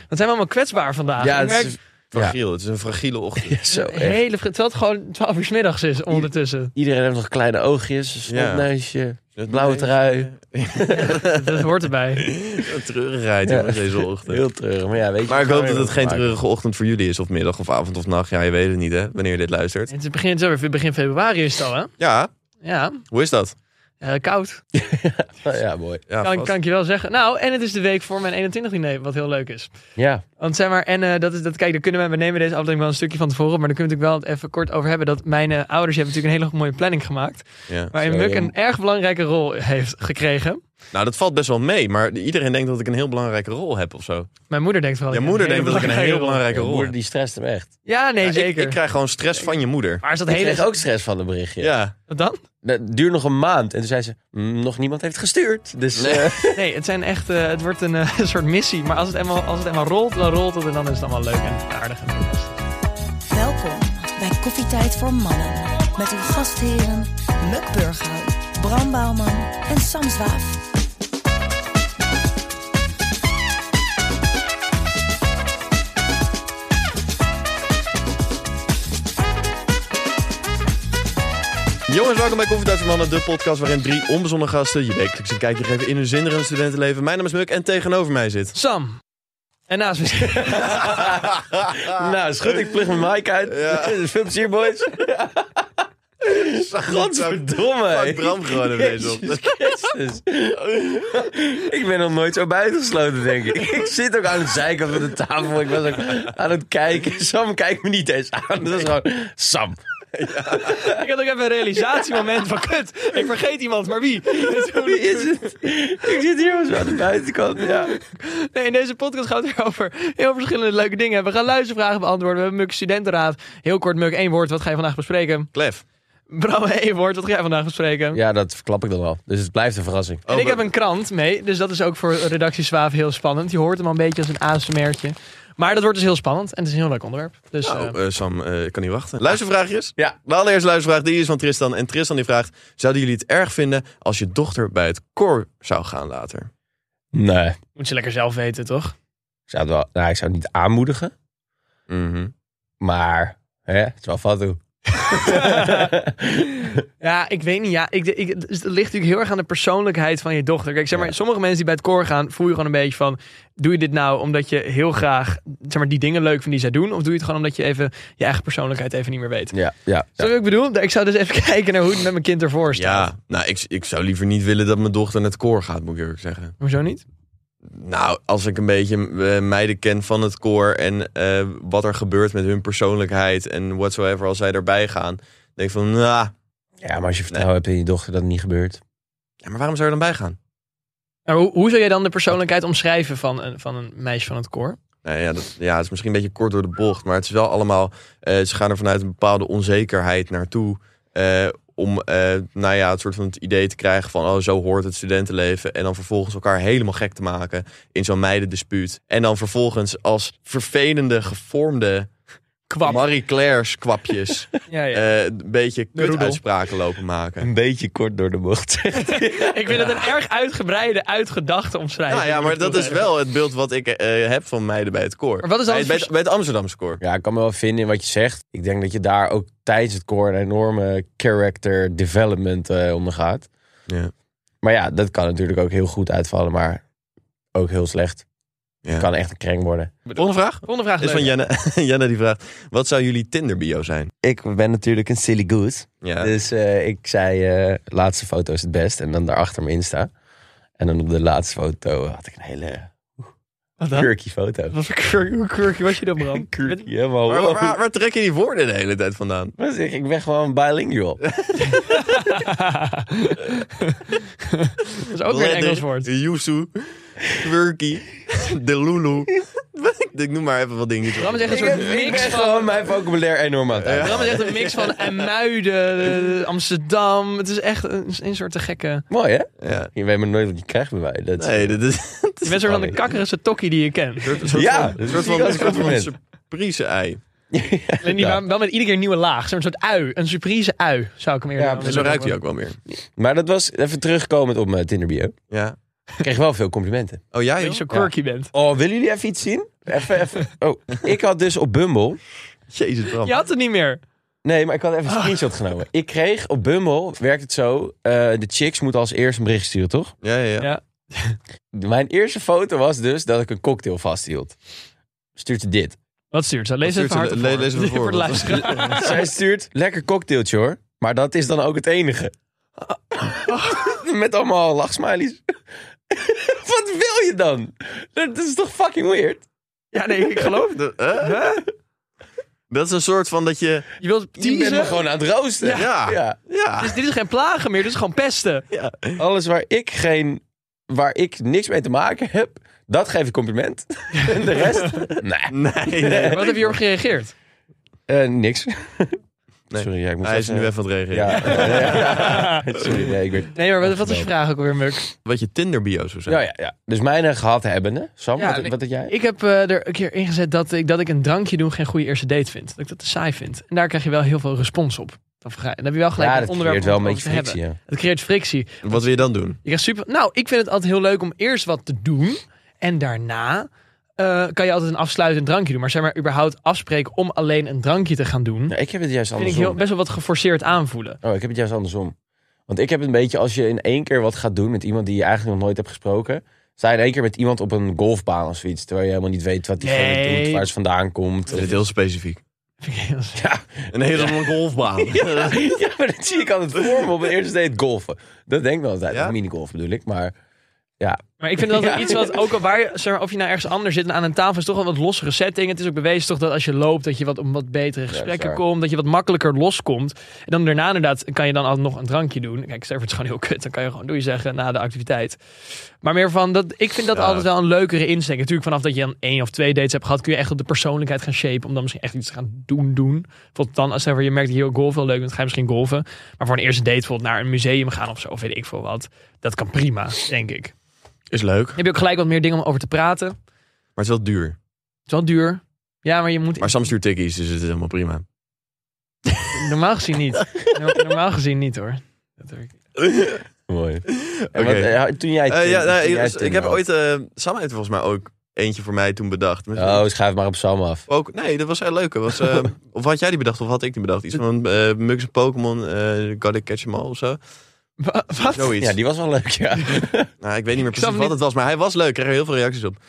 Wat zijn we allemaal kwetsbaar vandaag. Ja, Ik merk, het is fragiel. Het is een fragiele ochtend. ja, zo erg. terwijl het gewoon 12 uur 's middags is ondertussen. Iedereen heeft nog kleine oogjes, een snotneusje, blauwe trui. Dat hoort erbij. Een treurigheid jongens, deze ochtend. Heel treurig, maar ja, weet je. Maar ik hoop dat het geen maken. treurige ochtend voor jullie is. Of middag, of avond, of nacht. Ja, je weet het niet hè, wanneer je dit luistert. Het begint zo weer, begin februari is het al, hè? Ja, Ja, hoe is dat? koud. Ja, mooi. Ja, Kan ik je wel zeggen. Nou, en het is de week voor mijn 21 diner, wat heel leuk is. Ja. Want zeg maar, en kijk, we nemen deze aflevering wel een stukje van tevoren, maar daar kunnen we natuurlijk wel even kort over hebben, dat mijn ouders hebben natuurlijk een hele mooie planning gemaakt, Ja. waarin Zo, Muk ja. een erg belangrijke rol heeft gekregen. Nou, dat valt best wel mee. Maar iedereen denkt dat ik een heel belangrijke rol heb of zo. Mijn moeder denkt vooral. Je moeder denkt dat ik een heel belangrijke Mijn rol moeder heb. die stresst hem echt. Ja, nee, Ja, zeker. ik krijg gewoon stress van je moeder. Maar is dat Ik hele... kreeg ook stress van een berichtje. Ja. Wat dan? Het duurde nog een maand. En toen zei ze, nog niemand heeft gestuurd. Dus Nee, het zijn echt, het wordt een soort missie. Maar als het eenmaal rolt, dan rolt het en dan is het allemaal leuk en aardig en heel lastig. Welkom bij Koffietijd voor Mannen. Met uw gastheren Muk Burghout, Bram Bouwman en Sam Zwaaf. Jongens, welkom bij Koffietijd voor Mannen, de podcast waarin 3 onbezonnen gasten je wekelijks een kijkje geven in hun zinderende studentenleven. Mijn naam is Muk en tegenover mij zit... Sam. En naast me... nou, is goed. Ik vlieg mijn mic uit. Veel plezier, boys. Godverdomme. Fuck Bram gewoon op deze op. Christus. Ik ben nog nooit zo buitengesloten, denk ik. Ik zit ook aan het zijkant van de tafel. Ik was ook aan het kijken. Sam, kijk me niet eens aan. Dat is gewoon Sam. Ik had ook even een realisatiemoment van kut. Ik vergeet iemand, maar wie? Wie is het? Ik zit hier zo aan de buitenkant. Ja. Nee, in deze podcast gaan we het weer over heel verschillende leuke dingen. We gaan luistervragen beantwoorden. We hebben Muk studentenraad. Heel kort, Muk, 1 woord. Wat ga je vandaag bespreken? Klef. Bram, 1 woord. Wat ga jij vandaag bespreken? Ja, dat verklap ik dan wel. Dus het blijft een verrassing. En ik heb een krant mee. Dus dat is ook voor redactie Zwaaf heel spannend. Je hoort hem al een beetje als een ASMR'tje. Maar dat wordt dus heel spannend. En het is een heel leuk onderwerp. Dus, Sam, ik kan niet wachten. Luistervraagjes? Ja. De allereerste luistervraag die is van Tristan. En Tristan die vraagt, zouden jullie het erg vinden als je dochter bij het koor zou gaan later? Nee. moet je lekker zelf weten, toch? Ik zou het niet aanmoedigen. Mhm. Maar het is wel wat doen. Ja, ik weet niet. Ja, het ligt natuurlijk heel erg aan de persoonlijkheid van je dochter. Kijk, zeg maar, sommige mensen die bij het koor gaan, voel je gewoon een beetje van, doe je dit nou omdat je heel graag, zeg maar, die dingen leuk vindt die zij doen? Of doe je het gewoon omdat je even je eigen persoonlijkheid even niet meer weet? Ja. Zo wat ik bedoel? Ik zou dus even kijken naar hoe het met mijn kind ervoor staat. Ja, nou, ik zou liever niet willen dat mijn dochter naar het koor gaat, moet ik eerlijk zeggen. Hoezo niet? Nou, als ik een beetje meiden ken van het koor en wat er gebeurt met hun persoonlijkheid en whatsoever als zij erbij gaan, denk ik van, nou, Ja, maar als je vertrouwen hebt in je dochter dat het niet gebeurt. ja, maar waarom zou je er dan bij gaan? Maar hoe zou jij dan de persoonlijkheid omschrijven van een meisje van het koor? Nou ja, het is misschien een beetje kort door de bocht, maar het is wel allemaal, ze gaan er vanuit een bepaalde onzekerheid naartoe om het soort van het idee te krijgen van, oh, zo hoort het studentenleven. En dan vervolgens elkaar helemaal gek te maken in zo'n meidendispuut. En dan vervolgens als vervelende, gevormde Kwap. Marie Claire's kwapjes Ja. een beetje kutuitspraken lopen maken. Een beetje kort door de bocht. Ik vind het een erg uitgebreide, uitgedachte omschrijving. Nou ja, maar dat is wel het beeld wat ik heb van meiden bij het koor. Maar wat is dan bij, het bij het Amsterdamse koor. Ja, ik kan me wel vinden in wat je zegt. Ik denk dat je daar ook tijdens het koor een enorme character development ondergaat. Ja. Maar ja, dat kan natuurlijk ook heel goed uitvallen, maar ook heel slecht. Ja. Het kan echt een kreng worden. Volgende vraag? Volgende vraag Is van Jenne. Jenne die vraagt, wat zou jullie Tinder bio zijn? Ik ben natuurlijk een silly goose. Ja. Dus ik zei, laatste foto is het best. En dan daarachter mijn Insta. En dan op de laatste foto had ik een hele Wat dan? quirky foto. Wat voor hoe quirky was je dan, Bram? Quirky, helemaal. Waar trek je die woorden de hele tijd vandaan? Wat zeg ik? Ik ben gewoon bilingual. Dat is ook weer een Engels woord. Yuzu, Quirky, de Lulu. Ik noem maar even wat dingetjes. Bram is echt een soort Ik mix ben van... gewoon mijn vocabulaire enorm aan het uit. Bram is echt een mix van Muiden, Amsterdam. Het is echt een soort te gekke... Mooi, hè? Ja. Je weet maar nooit wat je krijgt bij mij. Dat is- Nee, dit is... Je bent een soort van de kakkerigste tokkie die je kent. Ja, Een soort van surprise-ei. En die wel met iedere keer een nieuwe laag. Zo'n soort ui. Een surprise ui, zou ik hem eerder Ja, noemen. En zo ruikt hij ook wel meer. Maar dat was even terugkomend op mijn Tinder bio. Ja. Ik kreeg wel veel complimenten. Oh, jij? Dat je zo quirky bent. Oh, willen jullie even iets zien? Even. Oh, ik had dus op Bumble... Jezus, Bram. Je had het niet meer. Nee, maar ik had even een screenshot genomen. Ik kreeg op Bumble, werkt het zo... de chicks moeten als eerst een bericht sturen, toch? Ja. Ja. Mijn eerste foto was dus dat ik een cocktail vasthield. Stuurt ze dit. Wat stuurt ze? Lees Wat even stuurt hard ze? voor. Lees even voor. Voor de luisteraar. Zij stuurt, lekker cocktailtje hoor. Maar dat is dan ook het enige. Met allemaal lachsmileys. Wat wil je dan? Dat is toch fucking weird? Ja, nee, ik geloof het. Dat is een soort van dat je... Je wilt Je bent me teasen. gewoon aan het roosten. Ja. Dus dit is geen plagen meer, dit is gewoon pesten. Alles waar ik niks mee te maken heb, dat geef ik compliment. En de rest? Nee. Wat heb je hierop gereageerd? Niks. Nee. Sorry, ja, ik moet Hij is nu even aan het reageren. Ja. Sorry, nee, ik weet... Nee, maar wat is je vraag ook weer, Muk? Wat je Tinder-bio zou zijn. Ja. Dus mijn gehad hebbende. Sam, Ja, wat had jij? Ik heb er een keer ingezet dat ik een drankje doen geen goede eerste date vind. Dat ik dat te saai vind. En daar krijg je wel heel veel respons op. Dan heb je wel gelijk Ja, een dat onderwerp creëert wel om een het over beetje te hebben. frictie. Ja. Het creëert frictie. Wat wil je dan doen? Je krijgt super... Nou, ik vind het altijd heel leuk om eerst wat te doen. En daarna kan je altijd een afsluitend drankje doen. Maar zeg maar, überhaupt afspreken om alleen een drankje te gaan doen... Ja, ik heb het juist vind ik andersom. best wel wat geforceerd aanvoelen. Oh, ik heb het juist andersom. Want ik heb het een beetje, als je in één keer wat gaat doen met iemand die je eigenlijk nog nooit hebt gesproken. Sta je in één keer met iemand op een golfbaan of zoiets. Terwijl je helemaal niet weet wat diegene Nee. doet, waar ze vandaan komt. Dit is heel specifiek. Ja. Een hele golfbaan. Ja, maar dat zie ik altijd voor me op een eerste date golfen. Dat denk ik wel altijd. Ja? Minigolf bedoel ik, maar... Maar ik vind dat Ja. iets wat, ook al waar je, zeg maar, of je nou ergens anders zit en aan een tafel is toch wel een wat lossere setting. Het is ook bewezen toch dat als je loopt, dat je wat op wat betere gesprekken waar. komt. Dat je wat makkelijker loskomt. En dan daarna inderdaad kan je dan altijd nog een drankje doen. Kijk, stel het is gewoon heel kut. Dan kan je gewoon doei zeggen na de activiteit. Maar meer van, ik vind dat altijd wel een leukere insteek. Natuurlijk vanaf dat je dan 1 of 2 dates hebt gehad, kun je echt op de persoonlijkheid gaan shapen. Om dan misschien echt iets te gaan doen. Bijvoorbeeld dan, als je merkt dat je golf wel leuk vindt, ga je misschien golven. Maar voor een eerste date bijvoorbeeld naar een museum gaan of zo, of weet ik veel wat. Dat kan prima, denk ik. Is leuk, maar Dan heb je ook gelijk wat meer dingen om over te praten. Het het is wel duur. is wel duur. Ja, maar je moet... Maar Sam stuurt tikkies, dus het is helemaal prima. Normaal gezien niet. Normaal gezien niet, hoor. Dat werkt. Mooi. En Oké. toen jij... Ik heb ooit... Sam heeft volgens mij ook eentje voor mij toen bedacht. Oh, schrijf maar op Sam af. Ook, nee, dat was heel leuk. Dat was, of had jij die bedacht of had ik die bedacht? Iets van Mug's en Pokémon, Gotta Catch 'em All of zo. Wat? Zoiets. Ja, die was wel leuk, ja. Nou, ik weet niet meer snap precies wat het was, maar hij was leuk. Ik kreeg er heel veel reacties op.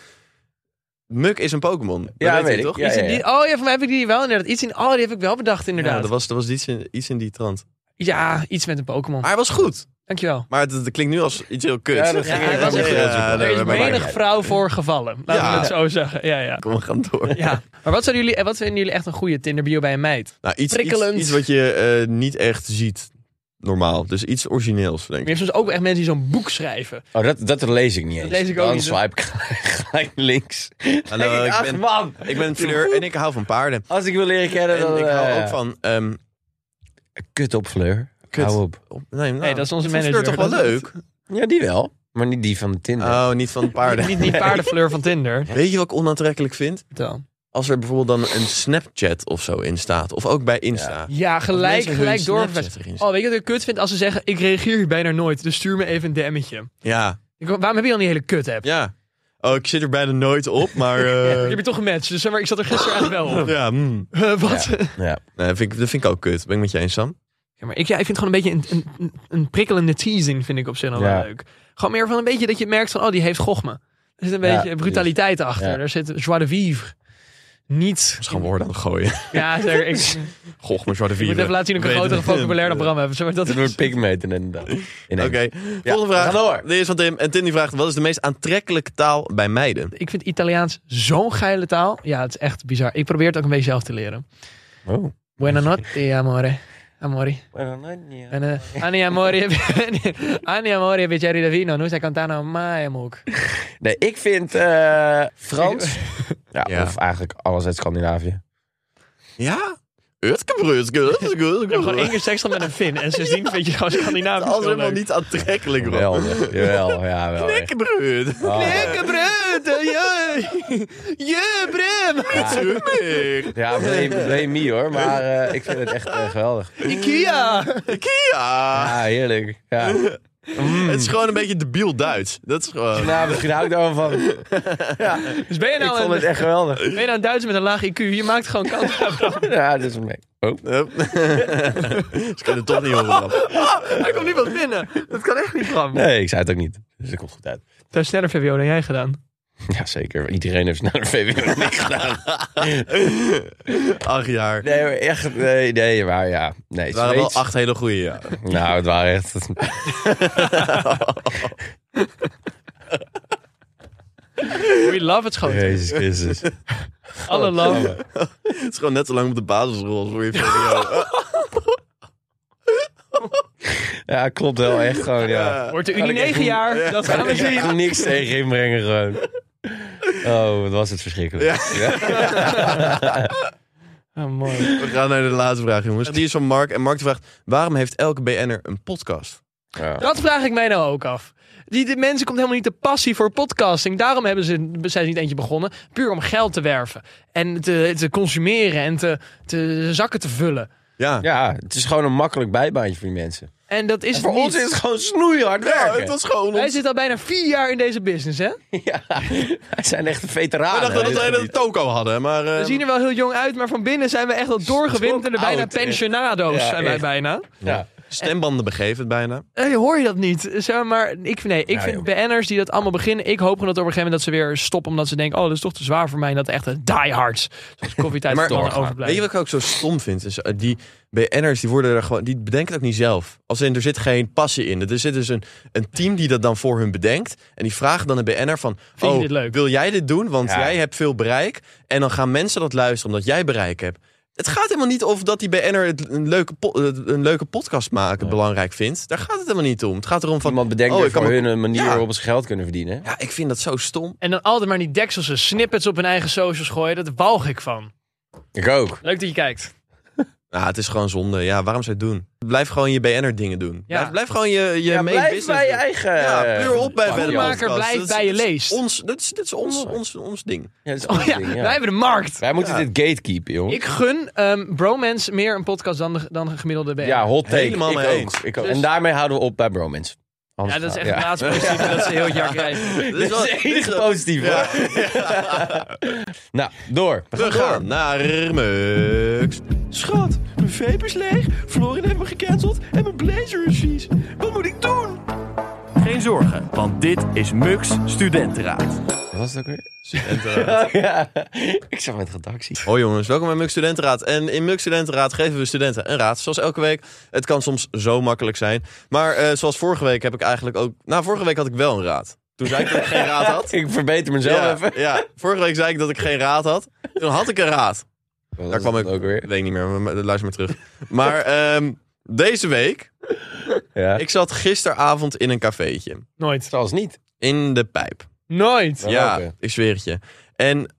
Mug is een Pokémon. Dat Ja, weet weet je ik. toch? Ja, Iets in die, oh ja, voor mij heb ik die wel inderdaad. Iets in, die heb ik wel bedacht inderdaad. Ja, dat was iets in die trant. Ja, iets met een Pokémon. Maar hij was goed. Dankjewel. Maar het klinkt nu als iets heel kuts. Ja, dat ging Ja, hij was echt heel goed. zoeken. Er is maar- menig vrouw voor gevallen. Laten Ja. we het zo zeggen. Ja. Kom, we gaan door. Ja. Maar wat vinden jullie echt een goede Tinder bio bij een meid? Nou, Prikkelend. iets wat je niet echt ziet normaal. Dus iets origineels, denk Maar ik. je hebt soms ook echt mensen die zo'n boek schrijven. Oh, dat lees ik niet eens. lees ik ook Dan niet, swipe ik gelijk links. Hallo, ik ben Fleur en ik hou van paarden. Als ik wil leren kennen, En dan... ik hou ook van... Kut op, Fleur. Kut. Hou op. Nee, Nee, dat is onze ik vind manager. Fleur toch wel Dat is- leuk? Ja, die wel. Maar niet die van Tinder. Oh, niet van paarden. Niet die paardenfleur van Tinder. Weet je wat ik onaantrekkelijk vind? Vertel. Als er bijvoorbeeld dan een Snapchat of zo in staat. Of ook bij Insta. Ja, Of gelijk mensen hun door. Snapchat erin Oh, weet je wat ik kut vind? Als ze zeggen, ik reageer hier bijna nooit. Dus stuur me even een DM'tje. Ja, Waarom heb je dan die hele kut app? ja. Oh, ik zit er bijna nooit op, maar... Je hebt je toch gematcht. Dus zeg maar, ik zat er gisteren eigenlijk wel op. ja, Wat? Ja. Nee, dat vind ik ook kut. Ben ik met je eens, Sam? Ja, maar ik vind het gewoon een beetje een prikkelende teasing vind ik op zich nog wel Ja. leuk. Gewoon meer van een beetje dat je merkt van, oh, die heeft gochme. Er zit een Ja, beetje brutaliteit achter. Ja. Er zit joie de vivre. Niet... Dat is gewoon woorden aan het gooien. Ja, zeg, ik Goch, maar zwarte moet vieren. even laten zien dat ik een grotere vocabulaire dan Bram heb. Zeg maar, dat Dat wordt pigmenten inderdaad. Oké, volgende vraag. we gaan door. Dit is van Tim. En Tim die vraagt, wat is de meest aantrekkelijke taal bij meiden? Ik vind Italiaans zo'n geile taal. Ja, het is echt bizar. Ik probeer het ook een beetje zelf te leren. Oh. Buonanotte, amore. Amori. Anni amore, bicchieri di vino. Non si cantano mai, amok. Nee, ik vind Frans. Ja, Ja. of eigenlijk alles uit Scandinavië. Ja? Utkebrutske. Ik heb gewoon één keer seks gehad met een Fin. En sindsdien vind je gewoon Scandinavisch. Dat is heel helemaal leuk. niet aantrekkelijk, bro. Geweldig. Jawel, ja, wel. echt. Lekkerbrut. Oh. Lekker brood, je Bram. Ja, blame me hoor. Maar ik vind het echt geweldig. Ikea. Ja. Ja, heerlijk. Ja. Het is gewoon een beetje debiel Duits. Dat is gewoon... Nou, misschien hou ik daar wel van. Dus ben je Ik nou vond het echt geweldig. ben je nou een Duitser met een laag IQ? Je maakt gewoon kans. Ja, dat is een mee. Oh. Ze kunnen het toch niet horen. Hij komt niet wat binnen. Dat kan echt niet, Bram. Nee, ik zei het ook niet. Dus dat komt goed uit. Het is sneller VWO dan jij gedaan. Ja, zeker. Iedereen heeft naar de VWO nog niet gedaan. 8 jaar. Nee, maar echt. Nee, maar ja. Nee, Het waren wel Zweeds. 8 hele goede jaren. Nou, het waren echt... We love het schoon. Jezus Christus. Alle love. Het is gewoon net zo lang op de basisschool als voor je VWO. Ja, klopt wel. Echt gewoon, ja. Wordt de Unie 9 jaar. Dat gaan we Ik zien. kan niks tegen inbrengen gewoon. Oh, wat was het verschrikkelijk. Ja. Oh, mooi. We gaan naar de laatste vraag, jongens. Die is van Mark. En Mark vraagt, waarom heeft elke BN'er een podcast? Ja. Dat vraag ik mij nou ook af. De mensen komt helemaal niet de passie voor podcasting. Daarom zijn ze niet eentje begonnen. Puur om geld te werven. En te consumeren. En te zakken te vullen. Ja. Ja, het is gewoon een makkelijk bijbaantje voor die mensen. En dat is En het voor niet. ons is het gewoon snoeihard werken. het was gewoon Wij ons. zitten al bijna 4 jaar in deze business, hè? Ja, wij zijn echt We veteranen. dachten dat Dit wij een gebied. toko hadden, maar... We zien er wel heel jong uit, maar van binnen zijn we echt al doorgewinterde, bijna oud, echt. pensionado's Ja, zijn wij echt. bijna. Ja. Stembanden begeven het bijna. Hoor je dat niet? Zeg maar, ik vind Ja, vind joh. BN'ers die dat allemaal beginnen. Ik hoop gewoon dat op een gegeven moment dat ze weer stoppen. Omdat ze denken, oh, dat is toch te zwaar voor mij. En dat echt een diehards. Zoals koffietijd Maar mannen doorgaan. overblijven. Weet je wat ik ook zo stom vind? Is, die BN'ers die worden er gewoon, die bedenken het ook niet zelf. Als in, er zit geen passie in. Er zit dus een team die dat dan voor hun bedenkt. En die vragen dan een BN'er van, Vind je dit leuk? wil jij dit doen? Want Ja. jij hebt veel bereik. En dan gaan mensen dat luisteren omdat jij bereik hebt. Het gaat helemaal niet of dat die BN'er een leuke podcast maken belangrijk vindt. Daar gaat het helemaal niet om. Het gaat erom van, Iemand bedenkt oh, er ik kan voor me- hun een manier Ja. waarop ze geld kunnen verdienen. ja, ik vind dat zo stom. En dan altijd maar die dekselse snippets op hun eigen socials gooien. Dat walg ik van. Ik ook. Leuk dat je kijkt. Nou, het is gewoon zonde. Ja, waarom zou je het doen? Blijf gewoon je BN'er dingen doen. Ja. Blijf gewoon je main blijf business bij je doen. eigen... Ja, puur op bij de Podemaker podcast. blijft Dat is- bij je dat is leest. Dit is ons ding. Ja, dat is Oh ons ja, ding, ja. wij hebben de markt. Wij moeten dit gatekeepen, jongen. Ik gun Bromance meer een podcast dan de gemiddelde BN'er. Ja, hot take. Helemaal ik mee ook. eens. Ik ook. Dus- En daarmee houden we op bij Bromance. Ja, dat is echt het laatste positieve dat ze heel het jaar krijgen. Dit Dat is het enige positieve. Nou, door. We gaan naar Mux. Schat, mijn vape is leeg, Florin heeft me gecanceld en mijn blazer is vies. Wat moet ik doen? Geen zorgen, want dit is Mux Studentenraad. Wat was het ook weer? Ja, ik zag met redactie. Hoi jongens, welkom bij Mux Studentenraad. En in Mux Studentenraad geven we studenten een raad. Zoals elke week. Het kan soms zo makkelijk zijn. Maar zoals vorige week heb ik eigenlijk ook... Nou, vorige week had ik wel een raad. Toen zei ik dat ik geen raad had. Ik verbeter mezelf even. Ja, vorige week zei ik dat ik geen raad had. Toen had ik een raad. Daar kwam ik ook weer. Weet ik niet meer, maar luister maar terug. Maar deze week... Ja. Ik zat gisteravond in een cafeetje. Nooit. Zoals niet. In de pijp. Nooit. Welke? Ja, ik zweer het je. En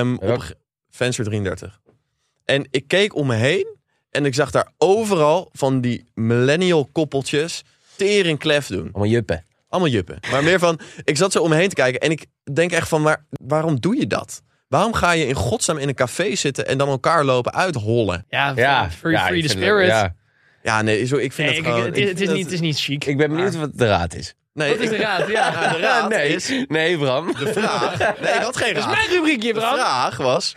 op Venster 33. En ik keek om me heen en ik zag daar overal van die millennial koppeltjes tering klef doen. Allemaal juppen. Allemaal juppen. Maar meer van, ik zat zo om me heen te kijken en ik denk echt van, maar waarom doe je dat? Waarom ga je in godsnaam in een café zitten en dan elkaar lopen uithollen? Ja, Ja, free ik the vind spirit. het- ja. Ja, nee, zo, ik vind Nee, het gewoon... het is niet chic. Ik ben benieuwd wat de raad is. Nee, Wat is de raad? Ja. de raad nee, is... nee, Bram. De vraag... Nee, ik had geen Dat is raad. mijn rubriekje, De Bram. vraag was...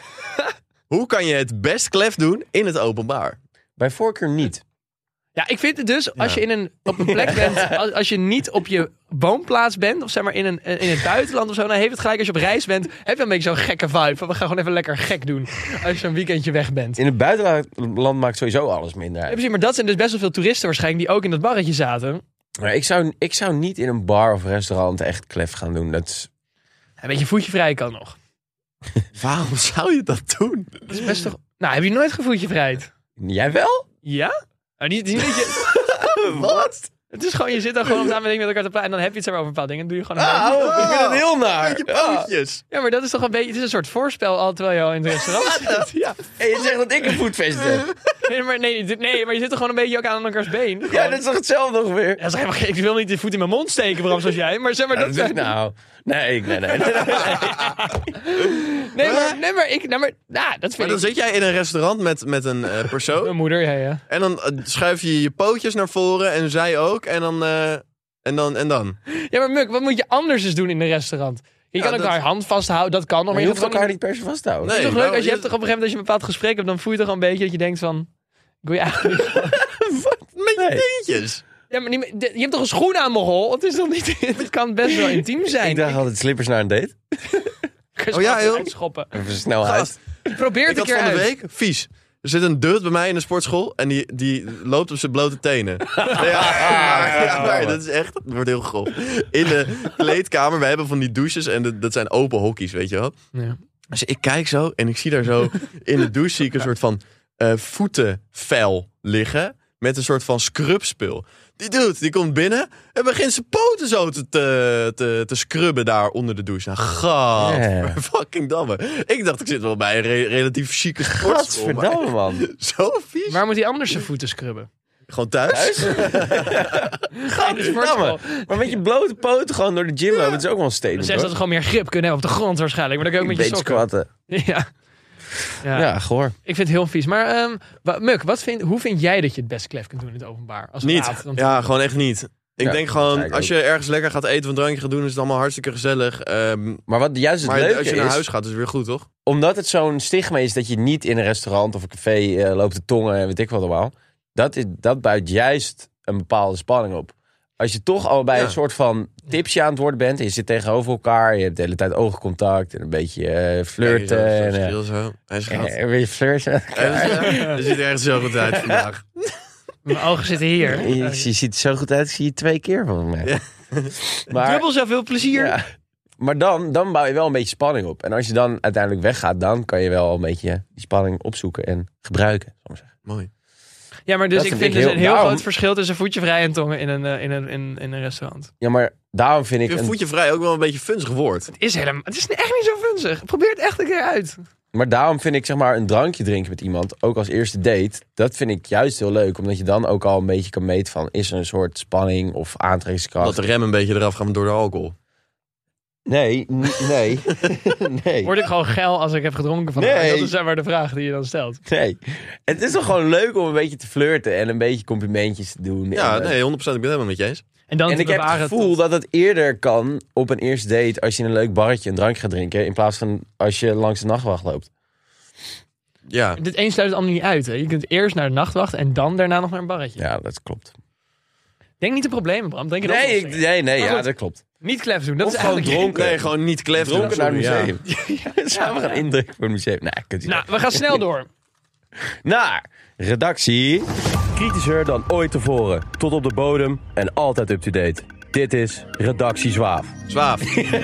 Hoe kan je het best klef doen in het openbaar? Bij voorkeur niet. Ja, ik vind het dus, als je op een plek bent, als je niet op je woonplaats bent, of zeg maar in het buitenland of zo, dan heeft het gelijk als je op reis bent, heb je een beetje zo'n gekke vibe. Van, we gaan gewoon even lekker gek doen als je zo'n weekendje weg bent. In het buitenland maakt sowieso alles minder Ja, uit. precies, maar dat zijn dus best wel veel toeristen waarschijnlijk die ook in dat barretje zaten. Maar ik zou niet in een bar of restaurant echt klef gaan doen. Dat is... Een beetje voetje vrij kan nog. Waarom zou je dat doen? Dat is best toch... Nou, heb je nooit gevoetje vrijheid? Jij wel? Ja? Nou, niet dat je... Wat? Het is gewoon, je zit dan gewoon samen dingen met elkaar te praten en dan heb je het over bepaalde dingen. Dan doe je gewoon... Ik vind het heel naar. Beetje Ja. pootjes. Ja, maar dat is toch een beetje... Het is een soort voorspel al terwijl je al in het restaurant zit. Ja. En je zegt dat ik een voetfest heb. Nee, maar je zit er gewoon een beetje ook aan elkaars been. Ja, Gewoon. dat is toch hetzelfde nog weer? Ja, zeg maar, ik wil niet de voet in mijn mond steken, Bram, zoals jij. Maar zeg maar, dat zijn... Nou, nee. Nee, maar dat Maar vind dan ik... zit jij in een restaurant met een persoon. Mijn moeder, ja. En dan schuif je je pootjes naar voren en zij ook. En dan En dan? Ja, maar Muk, wat moet je anders eens doen in een restaurant? Je kan elkaar hand vasthouden, dat kan nog. Maar je hoeft gaat elkaar niet per se vast te houden. Het is Nee, toch leuk nou, als je hebt toch op een gegeven moment, als je een bepaald gesprek hebt, dan voel je toch een beetje dat je denkt van, ik wil je eigenlijk niet gewoon- Met je Nee. dingetjes. Ja, maar je hebt toch een schoen aan, mogol? Het is toch niet, het kan best wel intiem zijn. Ik dacht altijd slippers naar een date. Oh ja, joh. Uitschoppen. Even snel uit. Gast, Probeer het ik een had keer van de uit. week, vies. Er zit een dut bij mij in de sportschool en die loopt op zijn blote tenen. Maar dat is echt, het wordt heel grof. In de kleedkamer, we hebben van die douches en dat zijn open hokjes, weet je wel. Ja. Dus ik kijk zo en ik zie daar zo in de douche zie ik een soort van voetenvel liggen met een soort van scrubspul. Die dude, die komt binnen en begint zijn poten zo te scrubben daar onder de douche. Nou, Yeah. fucking damme. Ik dacht, ik zit wel bij een relatief chique sportschool. maar Gadverdamme, man. Zo vies. Waar moet hij anders zijn voeten scrubben? Gewoon thuis? In de sportschool. Maar met je blote poten gewoon door de gym lopen, dat is ook wel een statement, Zes dat ze gewoon meer grip kunnen hebben op de grond waarschijnlijk. Maar dan kun je ook met je Beetje sokken. squatten. Ja. Ja. Ja, goor. Ik vind het heel vies. Maar Muk, hoe vind jij dat je het best klef kunt doen in het openbaar? Als Niet. raad, want- Ja, gewoon echt niet. Ik Ja, denk dat zei gewoon, ik als je ergens lekker gaat eten of een drankje gaat doen, is het allemaal hartstikke gezellig. Maar wat juist het Maar leuke als je naar is, huis gaat, is het weer goed, toch? omdat het zo'n stigma is dat je niet in een restaurant of een café loopt te tongen en weet ik wat allemaal. Dat buit juist een bepaalde spanning op. Als je toch al bij Ja. een soort van tipsje aan het worden bent en je zit tegenover elkaar, je hebt de hele tijd oogcontact en een beetje flirten. Kijk, En, zo, zo. Hij schat. een beetje flirten. Er ziet er ergens zo goed uit vandaag. Mijn ogen zitten hier. Je ziet er zo goed uit, ik zie je 2 keer van mij. Ja. Maar, Dubbel zoveel plezier. ja. Maar dan bouw je wel een beetje spanning op. En als je dan uiteindelijk weggaat, dan kan je wel een beetje die spanning opzoeken en gebruiken. Zal ik maar zeggen. Mooi. Ja, maar dus Dat ik vind vind ik dus heel- een heel daarom- groot verschil tussen voetje vrij en tongen in een restaurant. Ja, maar daarom vind Ik ik... vind voetje vrij ook wel een beetje een funzig woord. Het is echt niet zo funzig. Probeer het echt een keer uit. Maar daarom vind ik zeg maar een drankje drinken met iemand, ook als eerste date, dat vind ik juist heel leuk. Omdat je dan ook al een beetje kan meten van, is er een soort spanning of aantrekkingskracht? Dat de rem een beetje eraf gaat door de alcohol. Nee. Nee. Word ik gewoon geil als ik heb gedronken van Nee. Dat is zeg maar de vraag die je dan stelt. Nee. Het is toch gewoon leuk om een beetje te flirten en een beetje complimentjes te doen. Ja, en, nee, 100% ik ben het helemaal met je eens. En dan En te ik heb het bewaren gevoel tot- dat het eerder kan op een eerste date als je in een leuk barretje een drankje gaat drinken, in plaats van als je langs de nachtwacht loopt. Ja, Dit een sluit het ander niet uit. Hè. Je kunt eerst naar de nachtwacht en dan daarna nog naar een barretje. Ja, dat klopt. Denk niet de problemen, Bram. Denk je dat Nee, Maar ja, goed. dat klopt. Niet klef doen. Dat Of is gewoon eigenlijk... dronken. nee, gewoon niet klef. Dronken naar het sorry, museum. Samen gaan indrukken voor het museum. Nou, kunt u Nou, we gaan snel door. naar redactie. Kritischer dan ooit tevoren. Tot op de bodem en altijd up-to-date. Dit is Redactie Zwaaf. Zwaaf.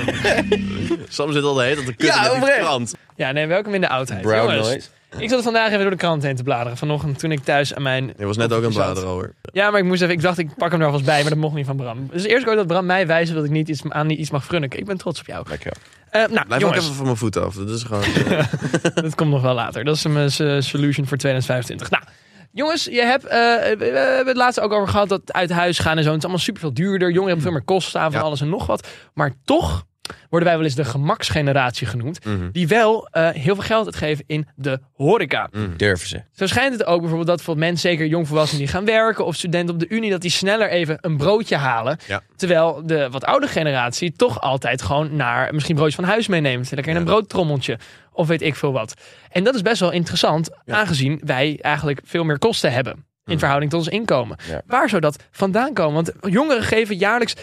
Sam zit al de hele tijd te kutten Ja, met die oprecht. krant. Ja, nee, welkom in de oudheid. Brown Jongens, noise. ik zat vandaag even door de krant heen te bladeren. Vanochtend toen ik thuis aan mijn... Je was net ook aan het zat. bladeren, hoor. Ja, maar ik dacht, ik pak hem er alvast bij, maar dat mocht niet van Bram. Dus eerst ooit dat Bram mij wijzen dat ik niet iets mag frunniken. Ik ben trots op jou. Lekker. Nou, Blijf ook jongens, even van mijn voeten af. Dat is gewoon... dat komt nog wel later. Dat is mijn solution voor 2025. Nou, jongens, we hebben het laatst ook over gehad dat uit huis gaan en zo. Het is allemaal super veel duurder. Jongeren hebben veel meer kosten aan van Ja. alles en nog wat. Maar toch worden wij wel eens de gemaksgeneratie genoemd. Mhm. Die wel heel veel geld uitgeven in de horeca. Durven ze. Zo schijnt het ook bijvoorbeeld dat voor mensen, zeker jongvolwassenen die gaan werken of studenten op de unie, dat die sneller even een broodje halen. Ja. Terwijl de wat oudere generatie toch altijd gewoon naar misschien broodjes van huis meeneemt. Lekker in een broodtrommeltje of weet ik veel wat. En dat is best wel interessant, aangezien wij eigenlijk veel meer kosten hebben in verhouding tot ons inkomen. Ja. Waar zou dat vandaan komen? Want jongeren geven jaarlijks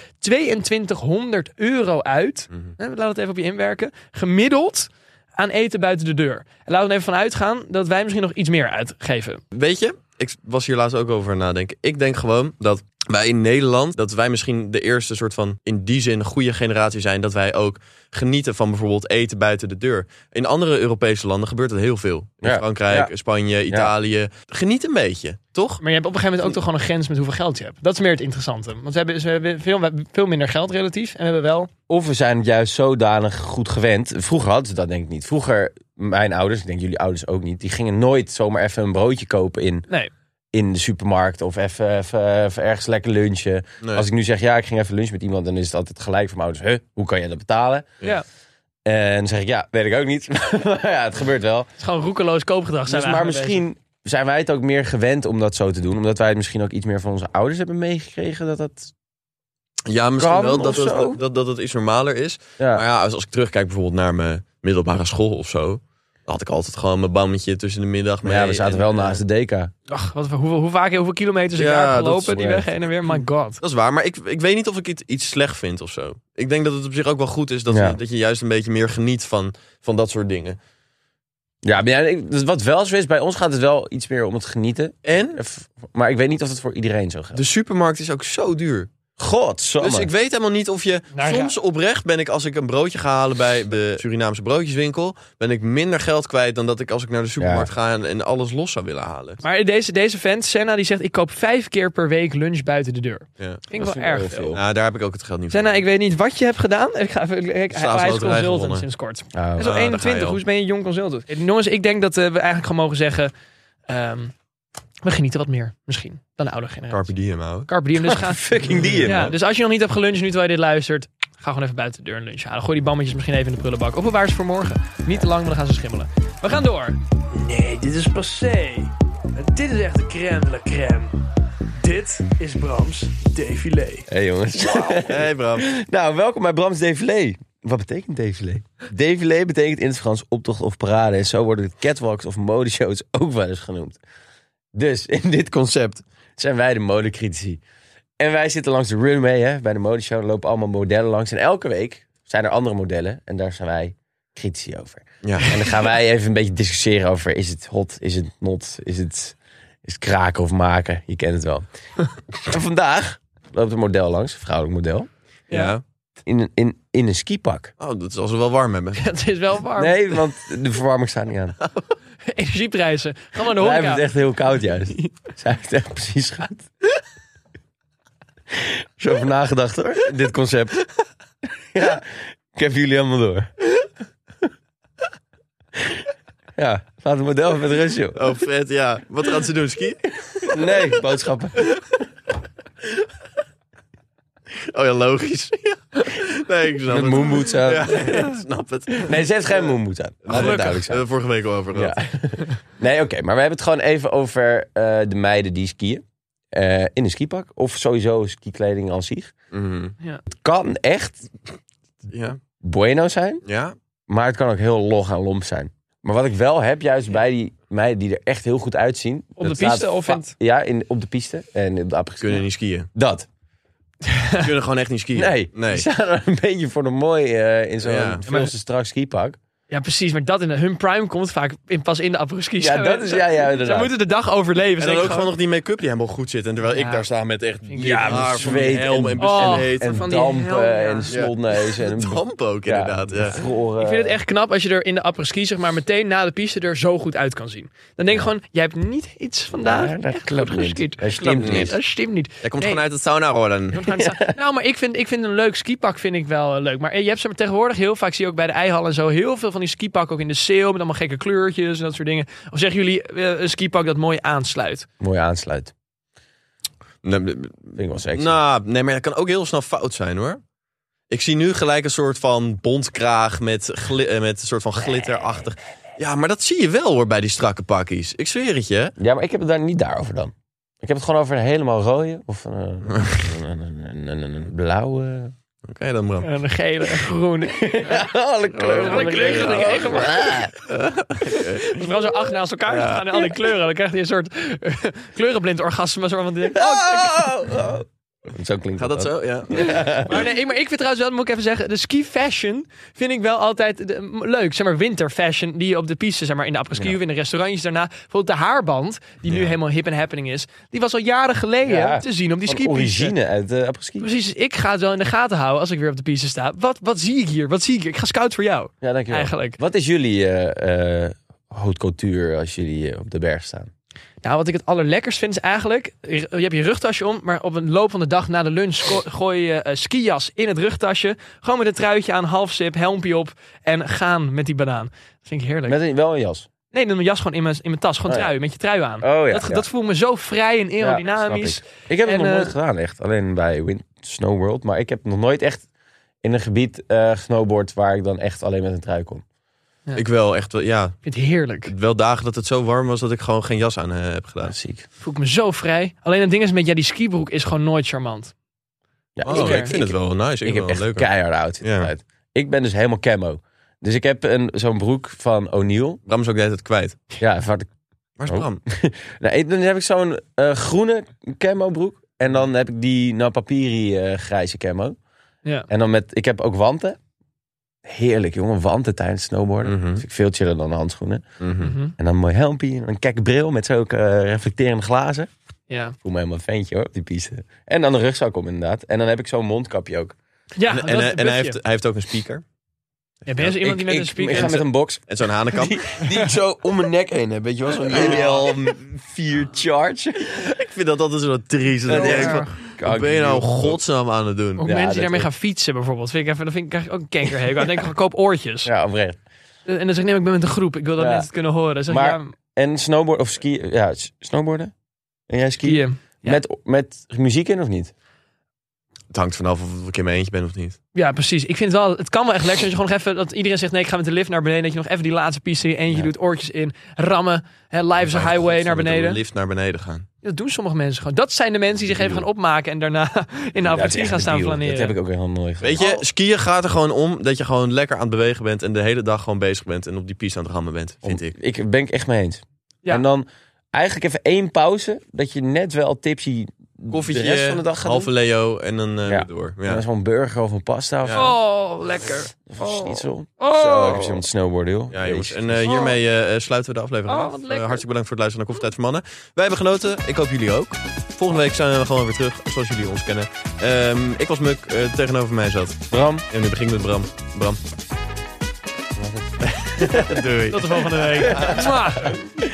€2200 uit. Laat het even op je inwerken. Gemiddeld aan eten buiten de deur. En laten we er even van uitgaan dat wij misschien nog iets meer uitgeven. Weet je, ik was hier laatst ook over aan nadenken. Ik denk gewoon dat wij in Nederland, dat wij misschien de eerste soort van in die zin goede generatie zijn, dat wij ook genieten van bijvoorbeeld eten buiten de deur. In andere Europese landen gebeurt dat heel veel. In Ja. Frankrijk, Ja. Spanje, Italië. Geniet een beetje, toch? Maar je hebt op een gegeven moment ook toch gewoon een grens met hoeveel geld je hebt. Dat is meer het interessante. Want we hebben veel minder geld relatief. En we hebben wel... Of we zijn het juist zodanig goed gewend. Vroeger hadden ze dat denk ik niet. Vroeger, mijn ouders, ik denk jullie ouders ook niet, die gingen nooit zomaar even een broodje kopen in de supermarkt of even ergens lekker lunchen. Nee. Als ik nu zeg, ja, ik ging even lunchen met iemand, dan is het altijd gelijk voor mijn ouders. Hoe kan je dat betalen? Ja. En dan zeg ik, ja, weet ik ook niet. Maar ja, het gebeurt wel. Het is gewoon roekeloos koopgedrag. Zijn Dus, we maar eigenlijk mee misschien zijn wij het ook meer gewend om dat zo te doen. Omdat wij het misschien ook iets meer van onze ouders hebben meegekregen. Dat Ja, misschien kan wel of zo. dat het iets normaler is. Ja. Maar ja, als ik terugkijk bijvoorbeeld naar mijn middelbare school of zo, dan had ik altijd gewoon mijn bammetje tussen de middag mee. Maar ja, we zaten wel naast de DK. Ach, hoeveel kilometers ik Ja, daar dat gelopen, is die weg heen en weer. My god. Dat is waar, maar ik weet niet of ik het iets slecht vind of zo. Ik denk dat het op zich ook wel goed is dat je juist een beetje meer geniet van dat soort dingen. Ja, dus wat wel zo is, bij ons gaat het wel iets meer om het genieten. Maar ik weet niet of het voor iedereen zo gaat. De supermarkt is ook zo duur. Godsamme. Dus ik weet helemaal niet of je... Soms oprecht ben ik, als ik een broodje ga halen bij de Surinaamse broodjeswinkel, ben ik minder geld kwijt dan dat ik als ik naar de supermarkt ga en alles los zou willen halen. Maar deze vent, Senna, die zegt, ik koop 5 keer per week lunch buiten de deur. Ja. Vind ik wel erg veel. Nou, daar heb ik ook het geld niet voor. Senna, ik weet niet wat je hebt gedaan. Hij is consultant sinds kort. Hij is al 21, hoe ben je jong consultant? Jongens, ik denk dat we eigenlijk gewoon mogen zeggen, we genieten wat meer, misschien, dan de oude generatie. Carpe diem, ouwe. Carpe diem, dus ga... Fucking diem, Ja, dus als je nog niet hebt geluncht nu terwijl je dit luistert, ga gewoon even buiten de deur een lunch halen. Gooi die bammetjes misschien even in de prullenbak. Of bewaar ze voor morgen. Niet te lang, want dan gaan ze schimmelen. We gaan door. Nee, dit is passé. Dit is echt de crème de la crème. Dit is Brams défilé. Hey jongens. Hey Bram. Nou, welkom bij Brams défilé. Wat betekent défilé? Défilé betekent in het Frans optocht of parade. En zo worden de catwalks of modeshows ook wel eens genoemd. Dus in dit concept zijn wij de modecritici. En wij zitten langs de runway, hè, bij de modeshow. Er lopen allemaal modellen langs. En elke week zijn er andere modellen. En daar zijn wij critici over. Ja. En dan gaan wij even een beetje discussiëren over... is het hot, is het not, is het kraken of maken? Je kent het wel. En vandaag loopt een model langs, een vrouwelijk model. Ja. In een skipak. Oh, dat is als we wel warm hebben. Het is wel warm. Nee, want de verwarming staat niet aan. Energieprijzen. Ga maar naar de Wij horeca. hebben het echt heel koud juist. Zij heeft het echt precies goed. Zo over nagedacht hoor, dit concept. Ja, ik heb jullie allemaal door. Ja, laat het model met rust, joh. Oh, Fred, ja. Wat gaat ze doen, ski? Nee, boodschappen. Oh ja, logisch. Nee, ik snap Met het. moonboots aan. Ja, ik snap het. Nee, ze heeft geen moonboots aan. Laat het duidelijk zijn. Vorige week al over gehad. Ja. Nee, oké, maar we hebben het gewoon even over de meiden die skiën. In een skipak. Of sowieso skikleding aan zich. Mhm. Het kan echt Ja. bueno zijn. Ja. Maar het kan ook heel log en lomp zijn. Maar wat ik wel heb, juist bij die meiden die er echt heel goed uitzien. Op de dat piste staat of in het... Ja, op de piste. En op de après-ski. Kunnen niet skiën. Dat. Ze kunnen gewoon echt niet skiën. Nee. Die staan er een beetje voor de mooi in zo'n veel te strak skipak. Ja, precies. Maar dat in hun prime komt vaak pas in de après-ski. Ja, dat is... Ja, Ze inderdaad. moeten de dag overleven. En dan ook gewoon nog die make-up die helemaal goed zit. En terwijl ik daar sta met echt met zweet helm en heet. en van die dampen helm, ja. en snotneus. En Damp ook inderdaad. Ja. bevroren. Ik vind het echt knap als je er in de après-ski, zeg maar, meteen na de piste er zo goed uit kan zien. Dan denk ik gewoon, jij hebt niet iets vandaag Ja, dat echt klopt goed niet. geskiet. Dat stimmt niet. Dat stimmt niet. Jij komt Nee. gewoon uit het sauna rollen. Nou, maar ik vind een leuk skipak vind ik wel leuk. Maar je hebt ze maar tegenwoordig heel vaak, zie je ook bij de ijhal en zo, heel veel van die skipakken ook in de sale met allemaal gekke kleurtjes en dat soort dingen. Of zeggen jullie een skipak dat mooi aansluit? Mooi aansluit. Nee, Vind ik wel sexy. nou, nee, maar dat kan ook heel snel fout zijn hoor. Ik zie nu gelijk een soort van bontkraag met een soort van glitterachtig. Ja, maar dat zie je wel hoor bij die strakke pakkies. Ik zweer het je. Ja, maar ik heb het daar niet daarover dan. Ik heb het gewoon over een helemaal rode of een blauwe. Oké, dan Bram. Een gele, een groene. Alle kleuren. Alle kleuren. Dus vooral zo 8 naast elkaar gaan in alle kleuren. Dan krijg je een soort kleurenblind orgasme. Zo van die Zo klinkt Gaat dat ook. zo? Ja. maar ik vind trouwens wel, moet ik even zeggen, de ski fashion vind ik wel altijd leuk. Zeg maar winter fashion die je op de piste, zeg maar in de après-ski of in de restaurantjes daarna. Bijvoorbeeld de haarband, die nu helemaal hip en happening is. Die was al jaren geleden te zien op die Van skipiste. origine uit de après-ski. Precies, dus ik ga het wel in de gaten houden als ik weer op de piste sta. Wat zie ik hier? Wat zie ik? Ik ga scout voor jou. Ja, dankjewel. Eigenlijk. Wat is jullie haute couture als jullie op de berg staan? Nou, wat ik het allerlekkerst vind is eigenlijk, je hebt je rugtasje om, maar op een loop van de dag na de lunch gooi je skijas in het rugtasje. Gewoon met een truitje aan, halfzip, helmpje op en gaan met die banaan. Dat vind ik heerlijk. Met wel een jas? Nee, dan mijn jas gewoon in mijn tas, gewoon trui, met je trui aan. Oh ja. Dat voelt me zo vrij en aerodynamisch. Snap ik heb het En, nog nooit gedaan, echt. Alleen bij Snow World. Maar ik heb nog nooit echt in een gebied gesnowboard waar ik dan echt alleen met een trui kon. Ja. Ik wel echt wel, ja. Ik vind het heerlijk. Wel dagen dat het zo warm was dat ik gewoon geen jas aan heb gedaan. Ziek. Voel ik me zo vrij. Alleen het ding is met die skibroek is gewoon nooit charmant. Ja, ik vind het wel nice. Ik heb echt keiharde outfit uit. Ik ben dus helemaal camo. Dus ik heb zo'n broek van O'Neill. Bram is ook de hele tijd kwijt. Ja, waar is Bram? Nou, dan heb ik zo'n groene camo broek. En dan heb ik die Napapiri grijze camo. Ja. En dan ik heb ook wanten. Heerlijk, jongen. Wanten tijdens snowboarden. Mm-hmm. Dat vind ik veel chiller dan handschoenen. Mm-hmm. En dan een mooi helmpje. En een kekke bril met zulke reflecterende glazen. Ja. Ik voel me helemaal een ventje hoor, op die piste. En dan een rugzak om inderdaad. En dan heb ik zo'n mondkapje ook. Ja, en hij heeft ook een speaker. Ja, ben je zo iemand die met een speaker... Ik ga met een box. En zo'n hanenkam. Die ik zo om mijn nek heen heb. Weet je wel, zo'n JBL 4 charge. Ik vind dat altijd zo triest. Dat denk ik van, wat ben je nou godsnaam aan het doen? Ook mensen die daarmee gaan fietsen bijvoorbeeld. Krijg ik ook een kankerhekel. Dan denk ik, koop oortjes. Ja, oprecht. En dan zeg ik, ik ben met een groep. Ik wil dat mensen het kunnen horen. Zeg, maar, en snowboarden of skiën? Ja, snowboarden? En jij skiën? Ja. Met muziek in of niet? Het hangt vanaf of ik in mijn eentje ben of niet. Ja, precies. Ik vind wel, het kan wel echt lekker dat je gewoon nog even, dat iedereen zegt nee, ik ga met de lift naar beneden. Dat je nog even die laatste piste in je eentje doet, oortjes in, rammen, live is a highway naar beneden. Met de lift naar beneden gaan. Dat doen sommige mensen gewoon. Dat zijn de mensen die zich even gaan opmaken en daarna in de apparatuur gaan staan flaneren. Dat heb ik ook helemaal nooit gedaan. Weet je, skiën gaat er gewoon om dat je gewoon lekker aan het bewegen bent en de hele dag gewoon bezig bent en op die piste aan het rammen bent, vind ik. Ik ben ik echt mee eens. Ja. En dan eigenlijk even 1 pauze, dat je net wel tipsy koffietje, de rest van de dag gaat halve doen. Leo en dan door. Ja. En dan zo'n burger of een pasta. Of Oh, lekker. Of een schnitzel. Oh. Zo, ik heb zin om te snowboarden, joh. Ja, jongens. En hiermee sluiten we de aflevering af. Hartelijk bedankt voor het luisteren naar Koffietijd voor Mannen. Wij hebben genoten. Ik hoop jullie ook. Volgende week zijn we gewoon weer terug, zoals jullie ons kennen. Ik was Muk, tegenover mij zat Bram. En nu begin ik met Bram. Bram. Doei. Tot de volgende week.